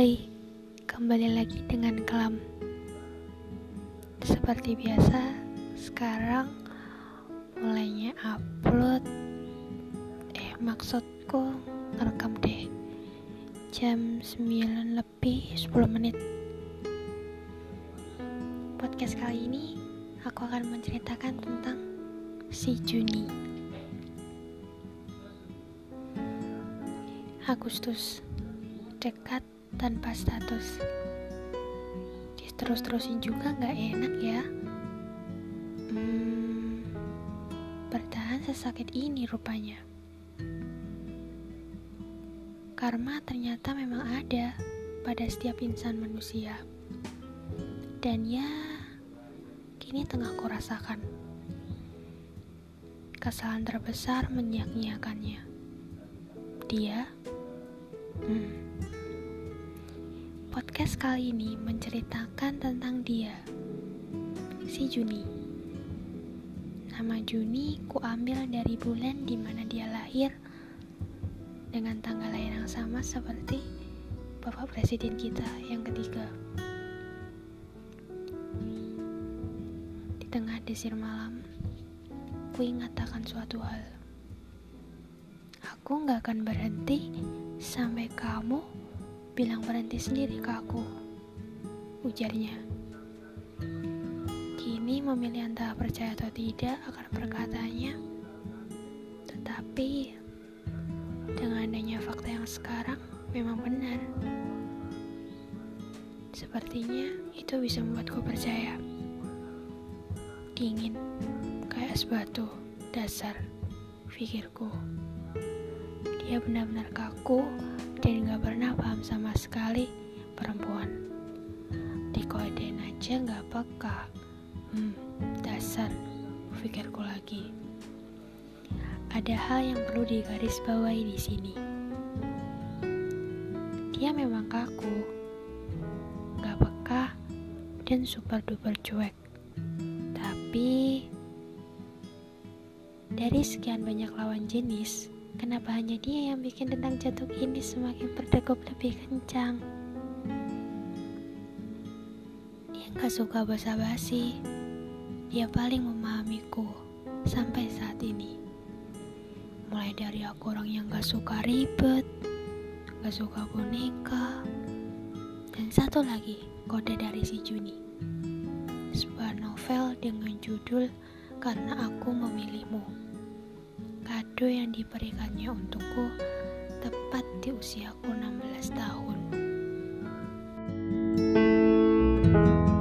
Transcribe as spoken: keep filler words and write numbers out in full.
Hai, kembali lagi dengan Kelam. Seperti biasa, sekarang mulainya upload Eh maksudku ngerekam deh Jam sembilan lebih sepuluh menit. Podcast kali ini aku akan menceritakan tentang si Juni. Agustus, dekat tanpa status. Terus-terusin juga gak enak ya. Hmm, bertahan sesakit ini rupanya. Karma ternyata memang ada pada setiap insan manusia. Dan ya, kini tengah ku rasakan. Kesalahan terbesar menyiak-nyiakannya. Dia, hmm. Podcast kali ini menceritakan tentang dia, si Juni. Nama Juni ku ambil dari bulan di mana dia lahir, dengan tanggal lahir yang sama seperti Bapak Presiden kita yang ketiga. Di tengah desir malam, ku ingat akan suatu hal. Aku gak akan berhenti sampai kamu bilang berhenti sendiri ke aku, ujarnya. Kini memilih antara percaya atau tidak akan perkataannya. Tetapi dengan adanya fakta yang sekarang memang benar. Sepertinya itu bisa membuatku percaya. Dingin kayak es batu dasar, pikirku. Dia benar-benar kaku dan gak pernah paham sama sekali perempuan. Dikodein aja gak peka. Hmm, dasar, pikirku lagi. Ada hal yang perlu digarisbawahi di sini. Dia memang kaku, gak peka, dan super duper cuek. Tapi dari sekian banyak lawan jenis, kenapa hanya dia yang bikin tentang jantung ini semakin berdegup lebih kencang? Dia gak suka basa-basi. Dia paling memahamiku sampai saat ini. Mulai dari aku orang yang gak suka ribet, gak suka boneka, dan satu lagi kode dari si Juni. Sebuah novel dengan judul Karena Aku Memilihmu. Kado yang diberikannya untukku tepat di usiaku enam belas tahun.